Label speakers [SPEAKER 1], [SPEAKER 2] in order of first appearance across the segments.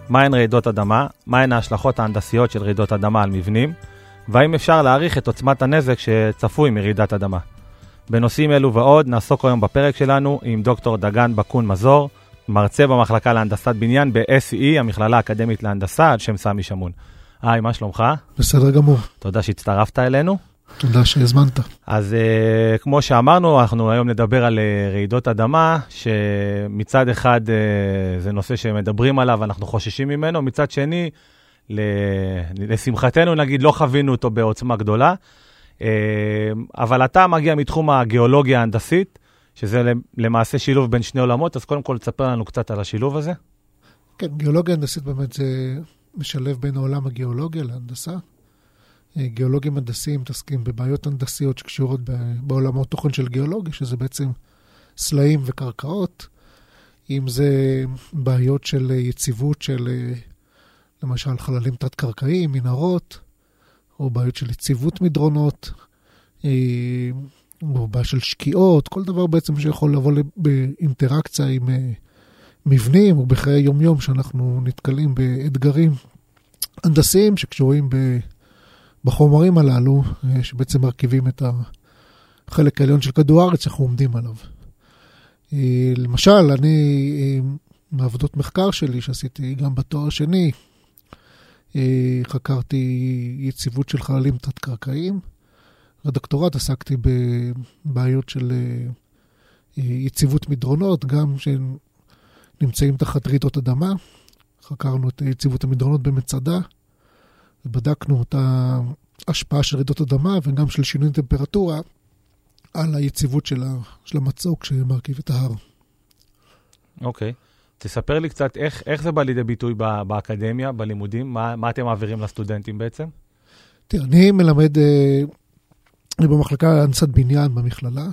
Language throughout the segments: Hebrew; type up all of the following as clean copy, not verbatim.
[SPEAKER 1] מהן רעידות אדמה, מהן ההשלכות ההנדסיות של רעידות אדמה על מבנים, והאם אפשר להעריך את עוצמת הנזק שצפוי מרעידת אדמה. בנושאים אלו ועוד נעסוק היום בפרק שלנו עם דוקטור דגן בקון מזור, מרצה במחלקה להנדסת בניין ב-SE, המכללה האקדמית להנדסה, על שם סמי שמון. היי, מה שלומך?
[SPEAKER 2] בסדר גמור.
[SPEAKER 1] תודה שהצטרפת אלינו.
[SPEAKER 2] תודה שהזמנת.
[SPEAKER 1] אז כמו שאמרנו, אנחנו היום נדבר על רעידות אדמה, שמצד אחד זה נושא שמדברים עליו, אנחנו חוששים ממנו, מצד שני, לשמחתנו נגיד לא חווינו אותו בעוצמה גדולה, אבל אתה מגיע מתחום הגיאולוגיה ההנדסית, שזה למעשה שילוב בין שני עולמות, אז קודם כל תספר לנו קצת על השילוב הזה.
[SPEAKER 2] כן, גיאולוגיה הנדסית באמת זה משלב בין העולם הגיאולוגיה להנדסה. גיאולוגים הנדסיים מתעסקים בבעיות הנדסיות שקשורות בעולמות תוכן של גיאולוגיה, שזה בעצם סלעים וקרקעות, אם זה בעיות של יציבות של למשל חללים תת-קרקעיים, מנהרות, או בעיות של יציבות מדרונות, או בעיה של שקיעות, כל דבר בעצם שיכול לבוא באינטראקציה עם מבנים, או בחיי יום-יום שאנחנו נתקלים באתגרים הנדסיים שקשורים בחומרים הללו, שבעצם מרכיבים את החלק העליון של כדור הארץ שאנחנו עומדים עליו. למשל, אני, מעבודות מחקר שלי שעשיתי גם בתואר שני, חקרתי יציבות של חללים תת-קרקעיים. בדוקטורט עסקתי בבעיות של יציבות מדרונות, גם שנמצאים תחת רעידות אדמה. חקרנו את יציבות המדרונות במצדה, ובדקנו את ההשפעה של רעידות אדמה וגם של שינוי טמפרטורה על היציבות של המצוק שמרכיב את ההר.
[SPEAKER 1] אוקיי. תספר לי קצת איך זה בא לידי ביטוי באקדמיה, בלימודים, מה אתם מעבירים לסטודנטים בעצם?
[SPEAKER 2] תראה, אני מלמד במחלקה להנדסת בניין במכללה.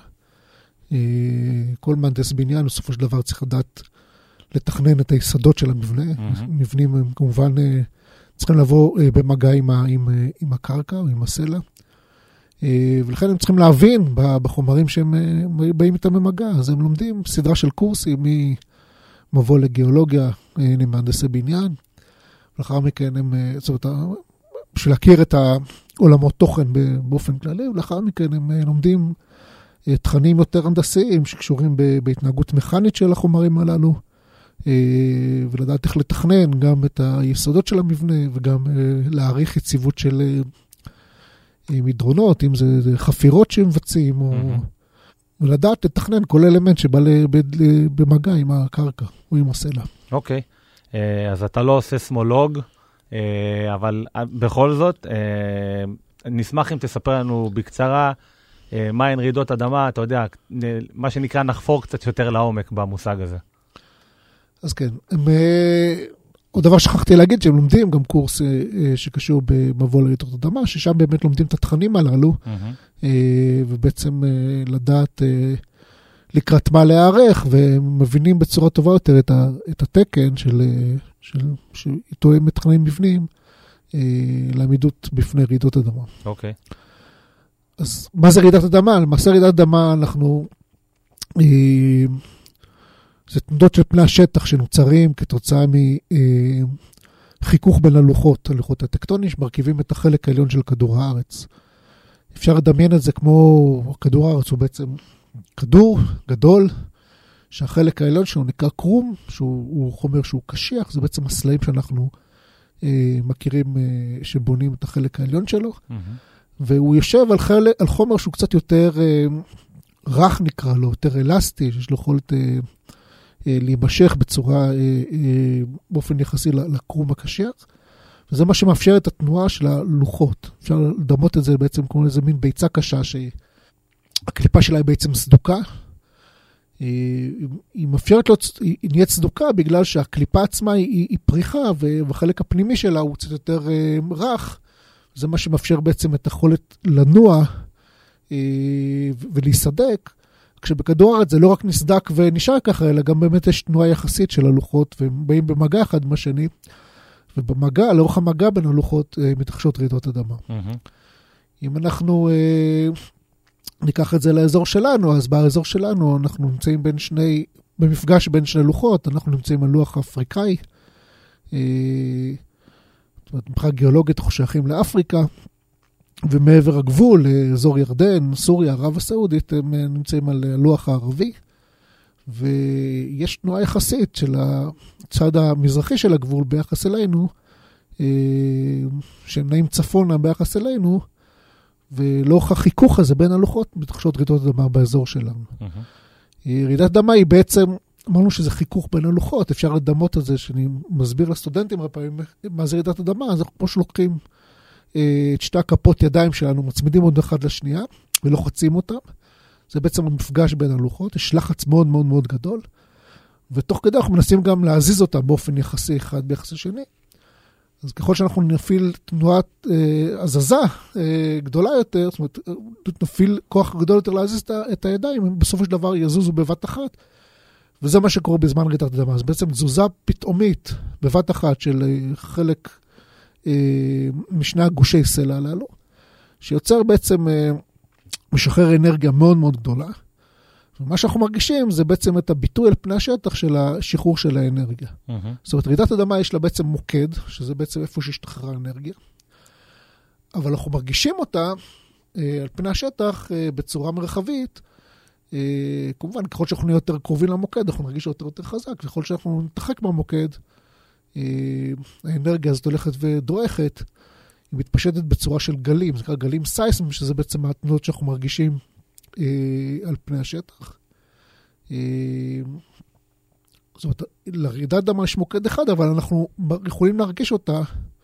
[SPEAKER 2] כל מהנדס בניין בסופו של דבר צריך לדעת לתכנן את היסודות של המבנה. מבנים הם כמובן צריכים לבוא במגע עם הקרקע או עם הסלע. ולכן הם צריכים להבין בחומרים שהם באים איתם במגע. אז הם לומדים סדרה של קורסים מבוא לגיאולוגיה למהנדסי בניין. ולאחר מכן הם, זאת אומרת, בשביל להכיר את העולמות תוכן באופן כללי, ולאחר מכן הם לומדים תכנים יותר הנדסיים שקשורים בהתנהגות מכנית של החומרים הללו, ולדעת איך לתכנן גם את היסודות של המבנה, וגם להעריך יציבות של מדרונות, אם זה חפירות שמבצעים, או ולדעת לתכנן כל אלמנט שבא במגע עם הקרקע או עם הסלע.
[SPEAKER 1] אוקיי, אז אתה לא עושה סמולוג, אבל בכל זאת, נשמח אם תספר לנו בקצרה מהן רעידות אדמה, אתה יודע, מה שנקרא נחפור קצת יותר לעומק במושג הזה.
[SPEAKER 2] אז כן, עוד דבר שכחתי להגיד שהם לומדים גם קורס שקשור במבוא לרעידות אדמה, ששם באמת לומדים את התכנים הללו, ובעצם לדעת לקראת מה להיערך, ומבינים בצורה טובה יותר את התקן שאיתו הם מתכננים מבנים, לעמידות בפני רעידות אדמה.
[SPEAKER 1] אוקיי.
[SPEAKER 2] אז מה זה רעידת אדמה? למעשה רעידת אדמה אנחנו זה תנודות של פני השטח שנוצרים כתוצאה מחיכוך בין הלוחות הטקטוניים שמרכיבים את החלק העליון של כדור הארץ. אפשר לדמיין את זה כמו כדור הארץ הוא בעצם כדור גדול, שהחלק העליון שלו נקרא קרום, שהוא חומר שהוא קשיח, זה בעצם הסלעים שאנחנו מכירים שבונים את החלק העליון שלו, והוא יושב על חומר שהוא קצת יותר רך נקרא לו, יותר אלסטי, שיש לו יכולת להימשך בצורה, באופן יחסי לקרום הקשיח, וזה מה שמאפשר את התנועה של הלוחות. אפשר לדמות את זה בעצם כמו איזה מין ביצה קשה, שהקליפה שלה היא בעצם סדוקה, היא מאפשרת לו, היא נהיית סדוקה בגלל שהקליפה עצמה היא פריחה, והחלק הפנימי שלה הוא קצת יותר רך, זה מה שמאפשר בעצם את היכולת לנוע ולהיסדק, כשבכדור הארץ זה לא רק נסדק ונשאר ככה, אלא גם באמת יש תנועה יחסית של הלוחות, והם באים במגע אחד עם השני, ובמגע, לאורך המגע בין הלוחות, מתרחשות רעידות אדמה. אם אנחנו ניקח את זה לאזור שלנו, אז באזור שלנו אנחנו נמצאים במפגש בין שני לוחות, אנחנו נמצאים על לוח אפריקאי, מבחינה גיאולוגית אנחנו שייכים לאפריקה, ומעבר הגבול, אזור ירדן, סוריה, ערב הסעודית, הם נמצאים על הלוח הערבי, ויש תנועה יחסית של הצד המזרחי של הגבול ביחס אלינו, שהם נעים צפונה ביחס אלינו, ולאורך החיכוך הזה בין הלוחות מתרחשות רעידות אדמה באזור שלנו. רעידת אדמה היא בעצם, אמרנו שזה חיכוך בין הלוחות, אפשר לדמות את זה, שאני מסביר לסטודנטים הרבה פעמים מה זה רעידת אדמה, אז אנחנו כמו שלוקחים את שתי הכפות ידיים שלנו, מצמידים עוד אחד לשנייה, ולוחצים אותם. זה בעצם המפגש בין הלוחות, יש לחץ מאוד מאוד מאוד גדול, ותוך כדי אנחנו מנסים גם להזיז אותם באופן יחסי אחד ביחס השני. אז ככל שאנחנו נפעיל תנועת הזזה גדולה יותר, זאת אומרת, נפעיל כוח גדול יותר להזיז את הידיים, הם בסופו של דבר יזוזו בבת אחת, וזה מה שקורה בזמן רעידת אדמה. אז בעצם תזוזה פתאומית בבת אחת של חלק משני הגושי סלע הללו, שיוצר בעצם משחרר אנרגיה מאוד מאוד גדולה, ומה שאנחנו מרגישים זה בעצם את הביטוי על פני השטח של השחרור של האנרגיה. זאת אומרת, רעידת אדמה יש לה בעצם מוקד, שזה בעצם איפה שהשתחררה האנרגיה, אבל אנחנו מרגישים אותה על פני השטח בצורה מרחבית, כמובן, ככל שאנחנו נהיה יותר קרובים למוקד, אנחנו נרגיש יותר חזק, ככל שאנחנו נתרחק מהמוקד, האנרגיה הזאת הולכת ודועכת, היא מתפשטת בצורה של גלים, זה נקרא גלים סייסמיים, שזה בעצם התנועות שאנחנו מרגישים על פני השטח. זאת אומרת, לרעידת אדמה יש מוקד אחד, אבל אנחנו יכולים להרגיש אותה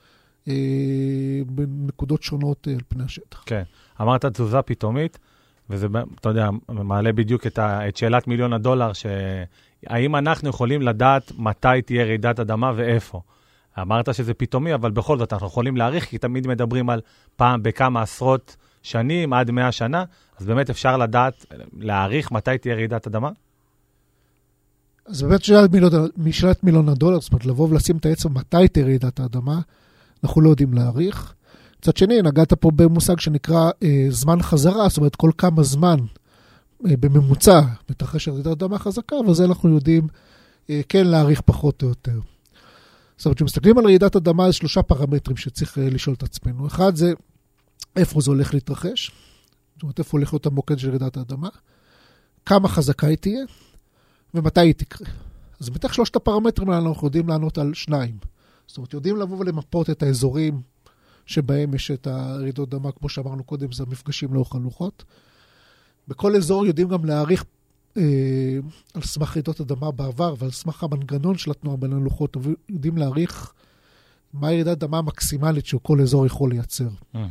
[SPEAKER 2] בנקודות שונות על פני השטח.
[SPEAKER 1] כן, אמרת תזוזה פתאומית, וזה, אתה יודע, מעלה בדיוק את שאלת $1,000,000, האם אנחנו יכולים לדעת מתי תהיה רעידת אדמה ואיפה? אמרת שזה פתאומי, אבל בכל זאת אנחנו יכולים להעריך, כי תמיד מדברים על פעם בכמה עשרות שנים, עד 100 שנה, אז באמת אפשר לדעת, להעריך מתי תהיה רעידת אדמה?
[SPEAKER 2] אז באמת משאלת $1,000,000, זאת אומרת, לבוא ולשים את העצם מתי תהיה רעידת האדמה, אנחנו לא יודעים להעריך. מצד שני, נגעת פה במושג שנקרא זמן חזרה, זאת אומרת, כל כמה זמן בממוצע מתרחש רעידת אדמה חזקה, וזה אנחנו יודעים כן להעריך פחות או יותר. זאת אומרת, כשמסתכלים על רעידת אדמה, יש 3 פרמטרים שצריך לשאול את עצמנו. אחד זה איפה זה הולך להתרחש, זאת אומרת, איפה הולך להיות המוקד של רעידת האדמה, כמה חזקה היא תהיה, ומתי היא תקרה. אז מתוך 3 הפרמטרים האלה אנחנו יודעים לענות על 2. זאת אומרת, יודעים לבוא ולמפות את האזורים שבהם יש את הרעידות אדמה, כמו שאמרנו קודם, זה המפגשים לאורך הלוחות. בכל אזור יודעים גם להעריך על סמך רעידות אדמה בעבר, ועל סמך המנגנון של התנועה בין הלוחות, יודעים להעריך מה רעידת אדמה המקסימלית שכל אזור יכול לייצר.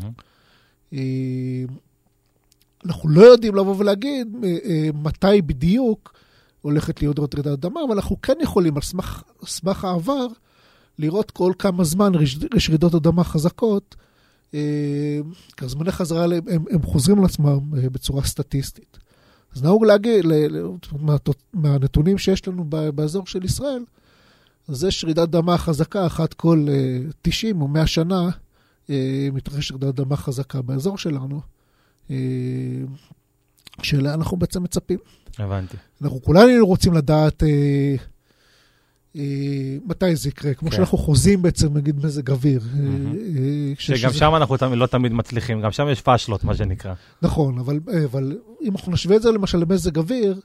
[SPEAKER 2] אנחנו לא יודעים לבוא ולהגיד מתי בדיוק הולכת להיות רעידת אדמה, אבל אנחנו כן יכולים על סמך העבר לראות כל כמה זמן יש רעידות אדמה חזקות, כי הזמני חזרה הם חוזרים על עצמם בצורה סטטיסטית. אז נהוג להגיד, מהנתונים שיש לנו באזור של ישראל, אז יש רעידת אדמה חזקה, אחת כל 90 או 100 שנה, מתרחש רעידת אדמה חזקה באזור שלנו, שאלה אנחנו בעצם מצפים.
[SPEAKER 1] הבנתי.
[SPEAKER 2] אנחנו כולנו רוצים לדעת מתי זה יקרה, כמו שאנחנו חוזים בעצם, נגיד, מזג אוויר.
[SPEAKER 1] שגם שם אנחנו לא תמיד מצליחים, גם שם יש פשלות, מה שנקרא.
[SPEAKER 2] נכון, אבל אם אנחנו נשווה את זה למשל למזג אוויר,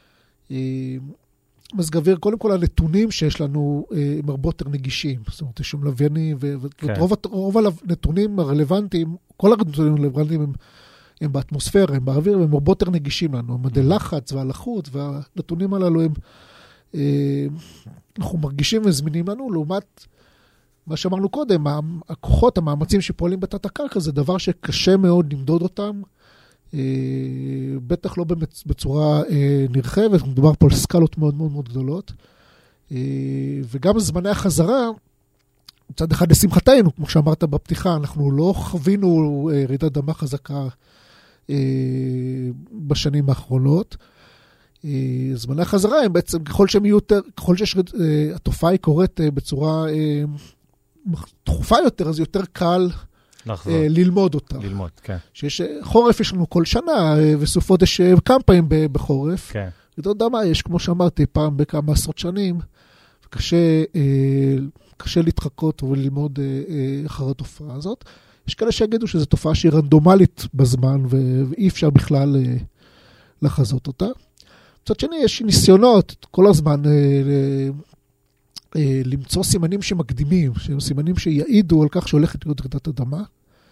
[SPEAKER 2] מזג אוויר, קודם כל הנתונים שיש לנו הם הרבה יותר נגישים, זאת אומרת, יש שם לוויינים, ורוב הנתונים הרלוונטיים, כל הנתונים הרלוונטיים הם באטמוספירה, הם באוויר, והם הרבה יותר נגישים לנו, המדעי לחץ והלחות, והנתונים הללו הם אנחנו מרגישים וזמינים לנו, לעומת מה שאמרנו קודם, הכוחות, המאמצים שפועלים בתת הקרקע, זה דבר שקשה מאוד למדוד אותם, בטח לא בצורה נרחבת, מדובר פה על סקלות מאוד מאוד מאוד גדולות, וגם זמני החזרה, מצד אחד לשמחתנו, כמו שאמרת בפתיחה, אנחנו לא חווינו רעידת אדמה חזקה בשנים האחרונות, זמני החזרה הם בעצם, ככל שהם יהיו יותר, ככל שהתופעה היא קורית בצורה תכופה יותר, אז יותר קל ללמוד אותה.
[SPEAKER 1] ללמוד, כן.
[SPEAKER 2] שיש חורף יש לנו כל שנה, וסופות יש כמה פעמים בחורף.
[SPEAKER 1] כן.
[SPEAKER 2] רעידות אדמה יש, כמו שאמרתי, פעם בכמה עשרות שנים, וקשה קשה להתחקות וללמוד אחר התופעה הזאת. יש כאלה שיגידו שזו תופעה שהיא רנדומלית בזמן, ואי אפשר בכלל לחזות אותה. מצד שני, יש ניסיונות כל הזמן למצוא סימנים שמקדימים, סימנים שיעידו על כך שהולכת להיות רעידת אדמה.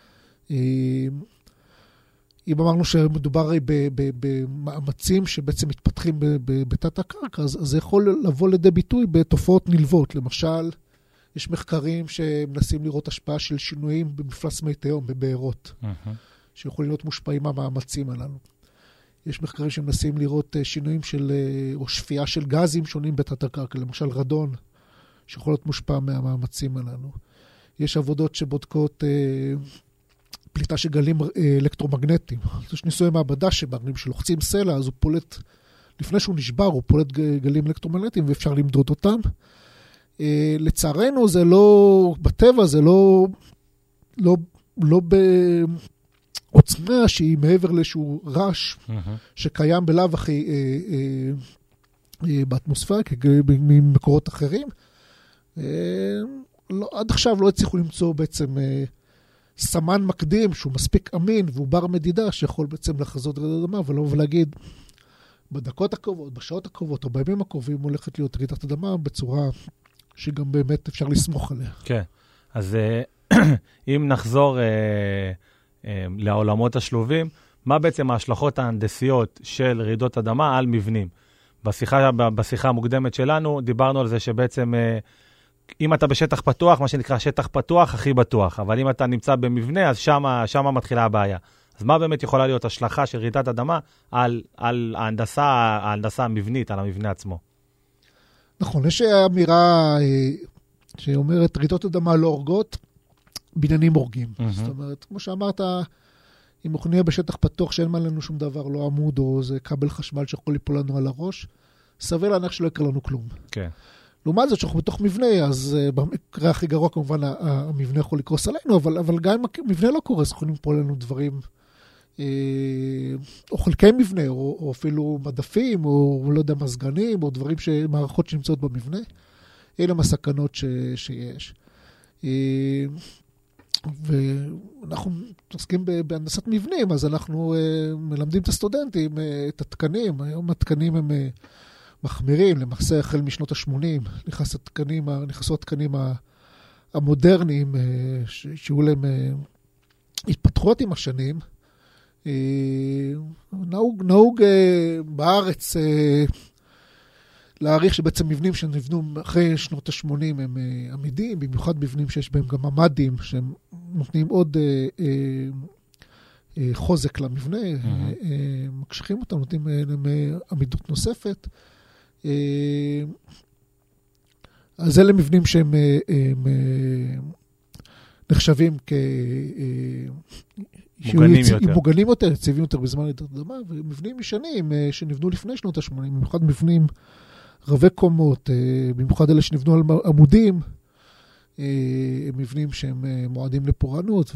[SPEAKER 2] אם אמרנו שמדובר במאמצים שבעצם מתפתחים בתת הקרקע, אז זה יכול לבוא לידי ביטוי בתופעות נלוות. למשל, יש מחקרים שמנסים לראות השפעה של שינויים במפלס מי תהום, בבארות, שיכולים להיות מושפעים מהמאמצים הללו. יש מחקרים שמנסים לראות שינויים או שפיעה של גזים שונים בתת הקרקע, למשל רדון, שיכול להיות מושפע מהמאמצים הללו. יש עבודות שבודקות פליטה של גלים אלקטרומגנטיים. יש ניסויי מעבדה שמראים שלוחצים סלע, אז הוא פולט, לפני שהוא נשבר, הוא פולט גלים אלקטרומגנטיים, ואפשר למדוד אותם. לצערנו זה לא, בטבע זה לא בעוצמה שהיא מעבר לאיזשהו רעש שקיים בלאו הכי באטמוספירה, ממקורות אחרים. עד עכשיו לא הצליחו למצוא בעצם סמן מקדים שהוא מספיק אמין והוא בר מדידה שיכול בעצם לחזות רעידת אדמה ולהגיד בדקות הקרובות, בשעות הקרובות או בימים הקרובים הולכת להיות רעידת אדמה בצורה שגם באמת אפשר לסמוך עליה.
[SPEAKER 1] כן, אז אם נחזור לעולמות השלובים, מה בעצם ההשלכות ההנדסיות של רעידות אדמה על מבנים? בשיחה המוקדמת שלנו דיברנו על זה שבעצם אם אתה בשטח פתוח, מה שנקרא שטח פתוח, הכי בטוח. אבל אם אתה נמצא במבנה, אז שמה מתחילה הבעיה. אז מה באמת יכולה להיות השלכה של רעידת אדמה על ההנדסה המבנית, על המבנה עצמו?
[SPEAKER 2] נכון, יש אמירה שאומרת, רעידות אדמה לא הורגות, בניינים הורגים. זאת אומרת, כמו שאמרת, אם אנחנו נהיה בשטח פתוח שאין מה לנו שום דבר, לא עמוד או איזה כבל חשמל שיכול ליפול לנו על הראש, סביר להניח שלא יקרה לנו כלום.
[SPEAKER 1] כן.
[SPEAKER 2] לעומת זאת שאנחנו בתוך מבנה, אז במקרה הכי גרוע כמובן המבנה יכול לקרוס עלינו, אבל גם אם המבנה לא קורס, יכולים פה לנו דברים, או חלקי מבנה, או אפילו מדפים, או לא יודע, מזגנים, או דברים, מערכות שנמצאות במבנה. אלה הסכנות שיש. ואנחנו עוסקים בהנדסת מבנים, אז אנחנו מלמדים את הסטודנטים, את התקנים. היום התקנים הם מחמירים, למעשה החל משנות ה-80, נכנסו התקנים המודרניים, שהיו להם התפתחות עם השנים. נהוג בארץ להעריך שבעצם מבנים שנבנו אחרי שנות ה-80 הם עמידים, במיוחד מבנים שיש בהם גם ממ"דים, שהם נותנים עוד חוזק למבנה, מקשיחים אותם, נותנים להם עמידות נוספת. אז אלה מבנים שהם נחשבים מוגנים יותר, יציבים יותר בזמן רעידת אדמה, ומבנים ישנים שנבנו לפני שנות ה-80, במיוחד מבנים רבי קומות, במיוחד אלה שנבנו על עמודים, מבנים שהם מועדים לפורענות,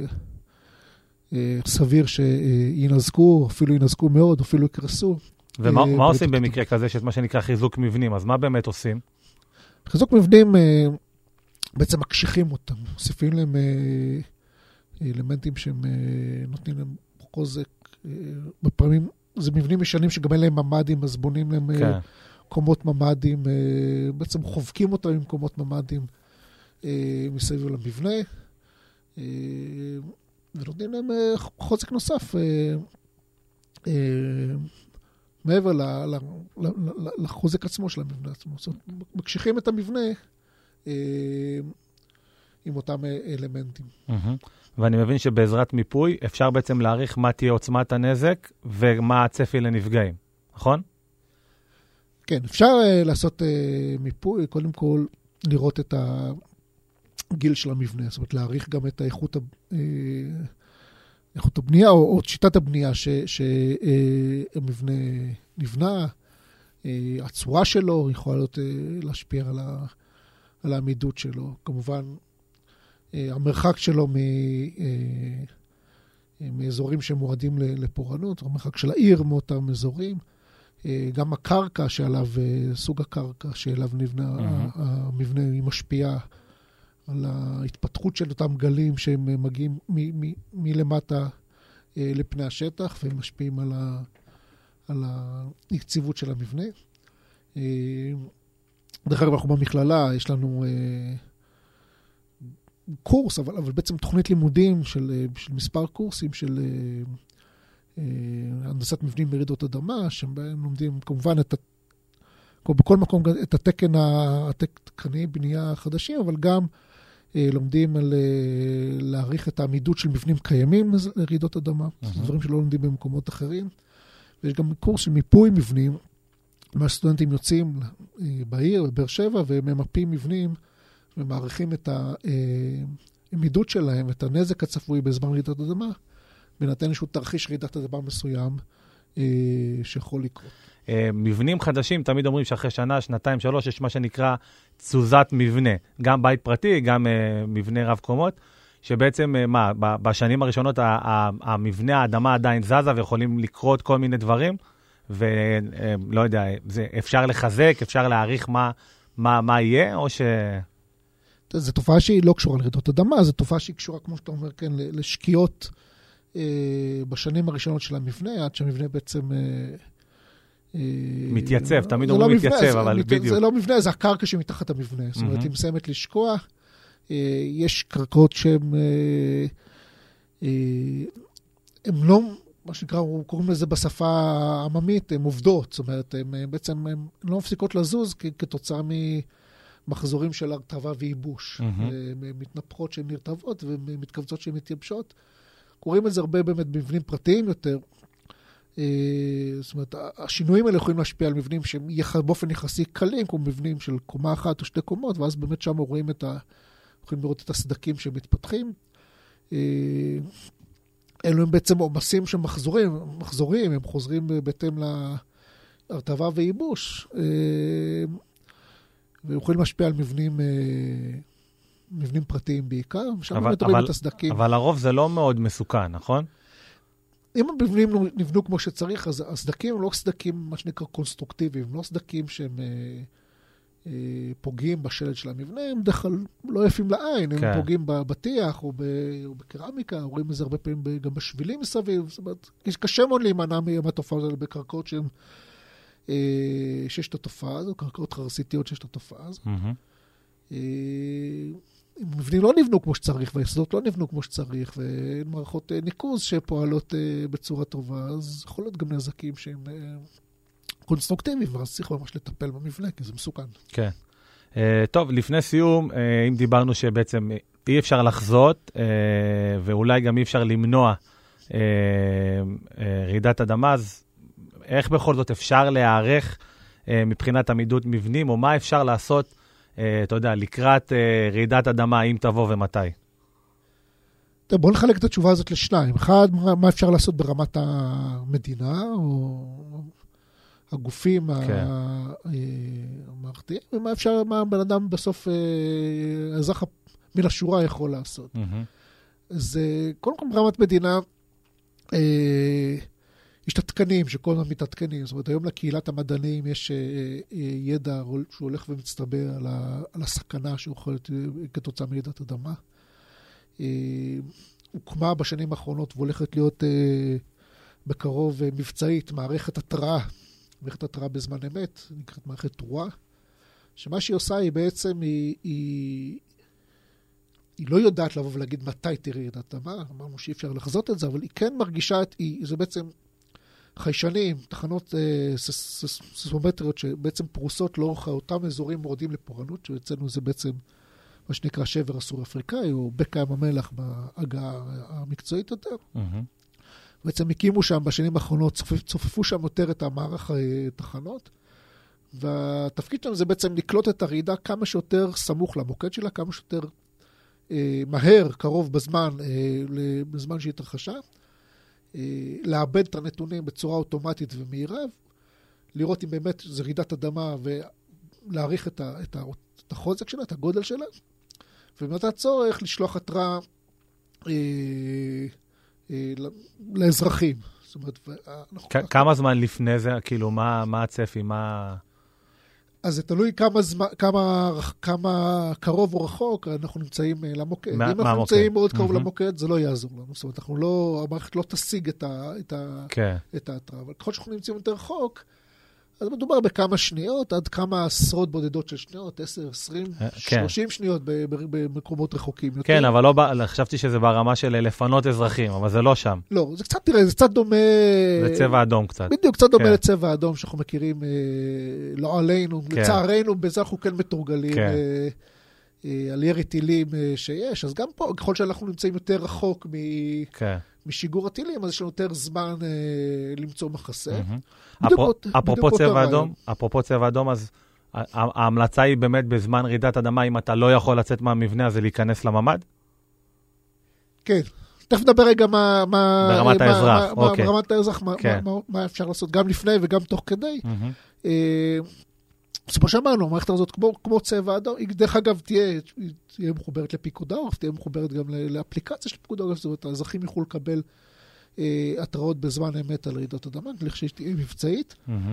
[SPEAKER 2] וסביר שינזקו, אפילו ינזקו מאוד, אפילו יקרסו.
[SPEAKER 1] ומה עושים במקרה כזה, שאת מה שנקרא חיזוק מבנים? אז מה באמת עושים?
[SPEAKER 2] חיזוק מבנים בעצם מקשיחים אותם, מוסיפים להם אלמנטים שהם נותנים להם חוזק. בפעמים זה מבנים ישנים שגם אין להם ממ"דים, אז בונים להם קומות ממ"דים, בעצם חובקים אותם עם קומות ממ"דים מסביב למבנה, ונותנים להם חוזק נוסף מעבר לחוזק עצמו של המבנה עצמו. זאת אומרת, מקשיחים את המבנה עם אותם אלמנטים.
[SPEAKER 1] ואני מבין שבעזרת מיפוי אפשר בעצם להעריך מה תהיה עוצמת הנזק ומה הצפי לנפגעים, נכון?
[SPEAKER 2] כן, אפשר לעשות מיפוי, קודם כל לראות את הגיל של המבנה, זאת אומרת להעריך גם את איכות הבנייה או שיטת הבנייה שהמבנה נבנה, הצורה שלו יכולה להשפיע על העמידות שלו. כמובן, המרחק שלו מאזורים שמועדים לפורענות, המרחק של העיר מאותם אזורים, גם הקרקע שעליו, סוג הקרקע שאליו נבנה המבנה, היא משפיעה על ההתפתחות של אותם גלים שהם מגיעים מלמטה לפני השטח, והם משפיעים על היציבות של המבנה. דרך אגב, אנחנו במכללה, יש לנו קורס, אבל בעצם תוכנית לימודים של מספר קורסים של הנדסת מבנים ברעידות אדמה, שבהם לומדים כמובן בכל מקום את התקני בנייה חדשים, אבל גם לומדים על להעריך את העמידות של מבנים קיימים לרעידות אדמה, דברים שלא לומדים במקומות אחרים. ויש גם קורס של מיפוי מבנים, מה סטודנטים יוצאים בעיר, בבאר שבע, וממפים מבנים, ומעריכים את העמידות שלהם, את הנזק הצפוי בזמן רעידת אדמה, ונתן איזשהו תרחיש רעידת אדמה מסוים שיכול לקרות.
[SPEAKER 1] מבנים חדשים, תמיד אומרים שאחרי שנה, שנתיים, 3, יש מה שנקרא תזוזת מבנה. גם בית פרטי, גם מבנה רב קומות, שבעצם, בשנים הראשונות המבנה, האדמה עדיין זזה, ויכולים לקרות כל מיני דברים, ולא יודע, אפשר לחזק, אפשר להעריך מה יהיה, או ש...
[SPEAKER 2] זו תופעה שהיא לא קשורה לרעידות אדמה, זו תופעה שהיא קשורה, כמו שאתה אומר, כן, לשקיעות בשנים הראשונות של המבנה, עד שהמבנה בעצם...
[SPEAKER 1] מתייצב, תמיד אומרים מתייצב, אבל בדיוק. זה
[SPEAKER 2] לא מבנה, זה הקרקע שמתחת המבנה. זאת אומרת, היא מסיימת לשקוע, יש קרקעות שהן לא, מה שנקרא, קוראים לזה בשפה העממית, הן עובדות. זאת אומרת, הן בעצם לא מפסיקות לזוז כתוצאה ממחזורים של הרטבה וייבוש. מתנפחות שהן נרטבות ומתכווצות שהן מתייבשות. קוראים את זה הרבה באמת במבנים פרטיים יותר. זאת אומרת, השינויים האלה יכולים להשפיע על מבנים שהם באופן יחסי קלים, כמו מבנים של קומה אחת או 2 קומות, ואז באמת שם יכולים לראות את הסדקים שמתפתחים. אלו הם בעצם עומסים שמחזורים, הם חוזרים בהתאם להרטבה וייבוש, ויכולים להשפיע על מבנים פרטיים בעיקר, שם באמת רואים את הסדקים.
[SPEAKER 1] אבל לרוב זה לא מאוד מסוכן, נכון?
[SPEAKER 2] אם המבנים נבנו כמו שצריך, אז הסדקים הם לא סדקים, מה שנקרא קונסטרוקטיביים, לא סדקים שהם פוגעים בשלד של המבנה, הם בדרך כלל לא יפים לעין, הם פוגעים בבטיח או בקרמיקה, רואים את זה הרבה פעמים גם בשבילים מסביב, זאת אומרת, קשה מאוד להימנע מהתופעה הזאת בקרקעות שיש את התופעה הזו, קרקעות חרסיתיות שיש את התופעה הזו. אם מבנים לא נבנו כמו שצריך, והיסודות לא נבנו כמו שצריך, ואין מערכות ניקוז שפועלות בצורה טובה, אז יכול להיות גם נזקים שהם קונסטרוקטיביים, ואז צריך ממש לטפל במבנה, כי זה מסוכן.
[SPEAKER 1] כן. טוב, לפני סיום, אם דיברנו שבעצם אי אפשר לחזות, ואולי גם אי אפשר למנוע רעידת אדמה, אז איך בכל זאת אפשר להיערך מבחינת עמידות מבנים, או מה אפשר לעשות אתה יודע, לקראת רעידת אדמה, אם תבוא ומתי?
[SPEAKER 2] בואו נחלק את התשובה הזאת לשניים. אחד, מה אפשר לעשות ברמת המדינה, או הגופים המערכתיים, ומה אפשר, מה בן אדם בסוף, האזרח מן השורה יכול לעשות. אז קודם כל ברמת מדינה, יש את התקנים, שכל הזמן מתעדכנים. זאת אומרת, היום לקהילת המדענים יש ידע שהוא הולך ומצטבר על הסכנה שיכולת כתוצאה מרעידת אדמה. הוקמה בשנים האחרונות והולכת להיות בקרוב מבצעית, מערכת התראה בזמן אמת, נקראת מערכת תרועה, שמה שהיא עושה היא בעצם, היא לא יודעת לבוא ולהגיד מתי תראה רעידת אדמה, אמרנו שאי אפשר לחזות את זה, אבל היא כן מרגישה, זה בעצם חיישנים, תחנות סיסמומטריות שבעצם פרוסות לאורך אותם אזורים מורדים לפורענות, שאצלנו זה בעצם מה שנקרא שבר הסורי-אפריקאי, או בקע ים המלח בהגעה המקצועית יותר. בעצם הקימו שם בשנים האחרונות, צופפו שם יותר את המערך תחנות, והתפקיד שלנו זה בעצם לקלוט את הרעידה כמה שיותר סמוך למוקד שלה, כמה שיותר מהר, קרוב בזמן שהיא התרחשה, לאבד את הנתונים בצורה אוטומטית ומהירה, לראות אם באמת זה רעידת אדמה ולהעריך את החוזק שלה, את הגודל שלה, ובאמת הצורך לשלוח התראה לאזרחים. זאת אומרת,
[SPEAKER 1] כמה זמן לפני זה, כאילו, מה הצפי, מה...
[SPEAKER 2] אז זה תלוי כמה קרוב או רחוק אנחנו נמצאים למוקד. אם אנחנו נמצאים מאוד קרוב למוקד, זה לא יעזור לנו. זאת אומרת, המערכת לא תשיג את ההתראה. אבל ככל שאנחנו נמצאים יותר רחוק, אז מדובר בכמה שניות, עד כמה עשרות בודדות של שניות, 10, 20, 30 שניות במקומות רחוקים יותר.
[SPEAKER 1] כן, אבל לא, חשבתי שזה ברמה של לפנות אזרחים, אבל זה לא שם.
[SPEAKER 2] לא, זה קצת, תראה, זה קצת דומה...
[SPEAKER 1] לצבע אדום קצת.
[SPEAKER 2] בדיוק, קצת דומה לצבע אדום שאנחנו מכירים, לא עלינו, לצערנו, בזה אנחנו כן מתורגלים על ירי טילים שיש, אז גם פה, ככל שאנחנו נמצאים יותר רחוק משיגור הטילים, אז יש לנו יותר זמן למצוא מחסה.
[SPEAKER 1] אפרופו צבע אדום, אז ההמלצה היא באמת בזמן רעידת אדמה, אם אתה לא יכול לצאת מהמבנה, אז להיכנס לממ"ד?
[SPEAKER 2] כן. תכף נדבר רגע
[SPEAKER 1] ברמת האזרח, אוקיי.
[SPEAKER 2] ברמת האזרח, מה אפשר לעשות גם לפני וגם תוך כדי. כמו שאמרנו, המערכת הזאת כמו צבע אדום, היא דרך אגב תהיה מחוברת לפיקוד העורף, תהיה מחוברת גם לאפליקציה של פיקוד העורף, זאת אומרת, האזרחים יוכלו לקבל התראות בזמן אמת על רעידות אדמה, כשהיא תהיה מבצעית.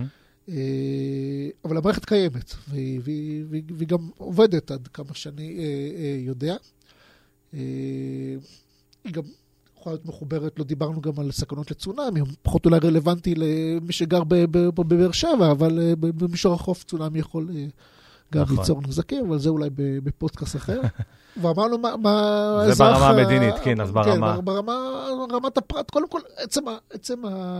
[SPEAKER 2] אבל המערכת קיימת, והיא גם עובדת עד כמה שאני יודע. היא גם יכולה להיות מחוברת, לא דיברנו גם על סכנות לצונאמי, פחות אולי רלוונטי למי שגר בבאר שבע, אבל במישור החוף צונאמי יכול גם ליצור נזקים, אבל זה אולי בפודקאסט אחר. ואמרנו מה...
[SPEAKER 1] זה ברמה המדינית, כן, אז ברמה...
[SPEAKER 2] כן, ברמת הפרט, קודם כל, עצם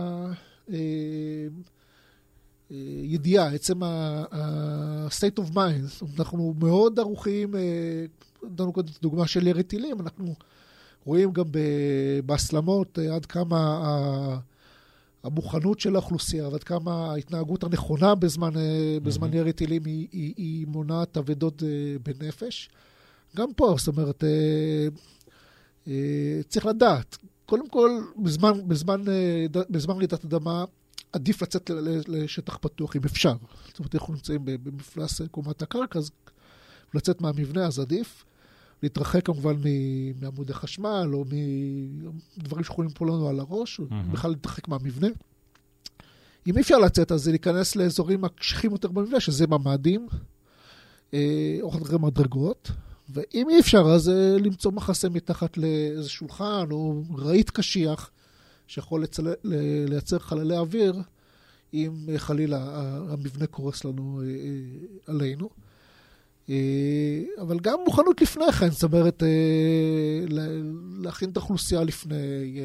[SPEAKER 2] הידיעה, עצם ה-state of mind, אנחנו מאוד ערוכים, נתנו קודם דוגמה של ירי טילים, אנחנו רואים גם בהסלמות עד כמה המוכנות של האוכלוסייה, ועד כמה ההתנהגות הנכונה בזמן ירי טילים היא מונעת אבדות בנפש. גם פה, זאת אומרת, צריך לדעת. קודם כל, בזמן רעידת אדמה, עדיף לצאת לשטח פתוח, אם אפשר. זאת אומרת, אנחנו נמצאים במפלס קומת הקרקע, אז לצאת מהמבנה, אז עדיף. להתרחק כמובן מעמודי חשמל, או מדברים שיכולים פה לנו על הראש, או בכלל להתרחק מהמבנה. אם אי אפשר לצאת, אז זה להיכנס לאזורים הקשיחים יותר במבנה, שזה ממ"דים, או חדרי מדרגות, ואם אי אפשר, אז למצוא מחסה מתחת לאיזה שולחן, או רהיט קשיח, שיכול לייצר חללי אוויר, אם חלילה המבנה קורס לנו עלינו. אבל גם מוכנות לפני כן, זאת אומרת, להכין את האוכלוסייה לפני,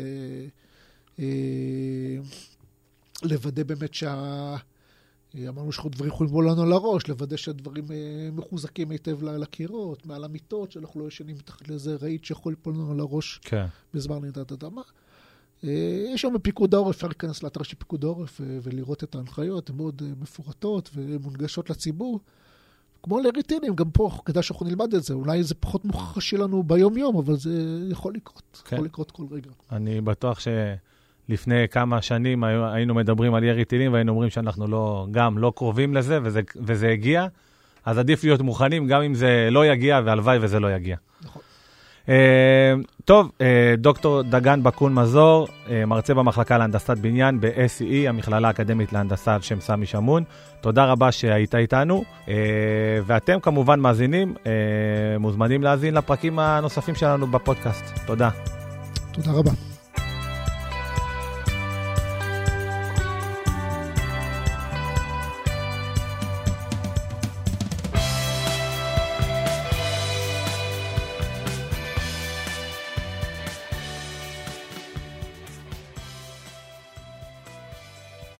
[SPEAKER 2] לוודא באמת אמרנו שדברים יכולים לבוא לנו על הראש, לוודא שהדברים מחוזקים היטב לקירות, מעל המיטות, שאנחנו לא ישנים מתחת לאיזה רהיט שיכול ליפול לנו על הראש בזמן רעידת אדמה. יש שם בפיקוד העורף, אפשר להיכנס לאתר של פיקוד העורף ולראות את ההנחיות, הן מאוד מפורטות ומונגשות לציבור. כמו לירי טילים, גם פה כדאי שאנחנו נלמד את זה. אולי זה פחות מוחשי לנו ביום-יום, אבל זה יכול לקרות. יכול לקרות כל רגע.
[SPEAKER 1] אני בטוח שלפני כמה שנים היינו מדברים על ירי טילים, והיינו אומרים שאנחנו גם לא קרובים לזה, וזה הגיע. אז עדיף להיות מוכנים, גם אם זה לא יגיע, והלוואי וזה לא יגיע.
[SPEAKER 2] נכון.
[SPEAKER 1] טוב, דוקטור דגן בקון מזור, מרצה במחלקה להנדסת בניין ב-SEE, המכללה האקדמית להנדסה על שם סמי שמון. תודה רבה שהיית איתנו, ואתם כמובן מאזינים, מוזמנים להאזין לפרקים הנוספים שלנו בפודקאסט. תודה.
[SPEAKER 2] תודה רבה.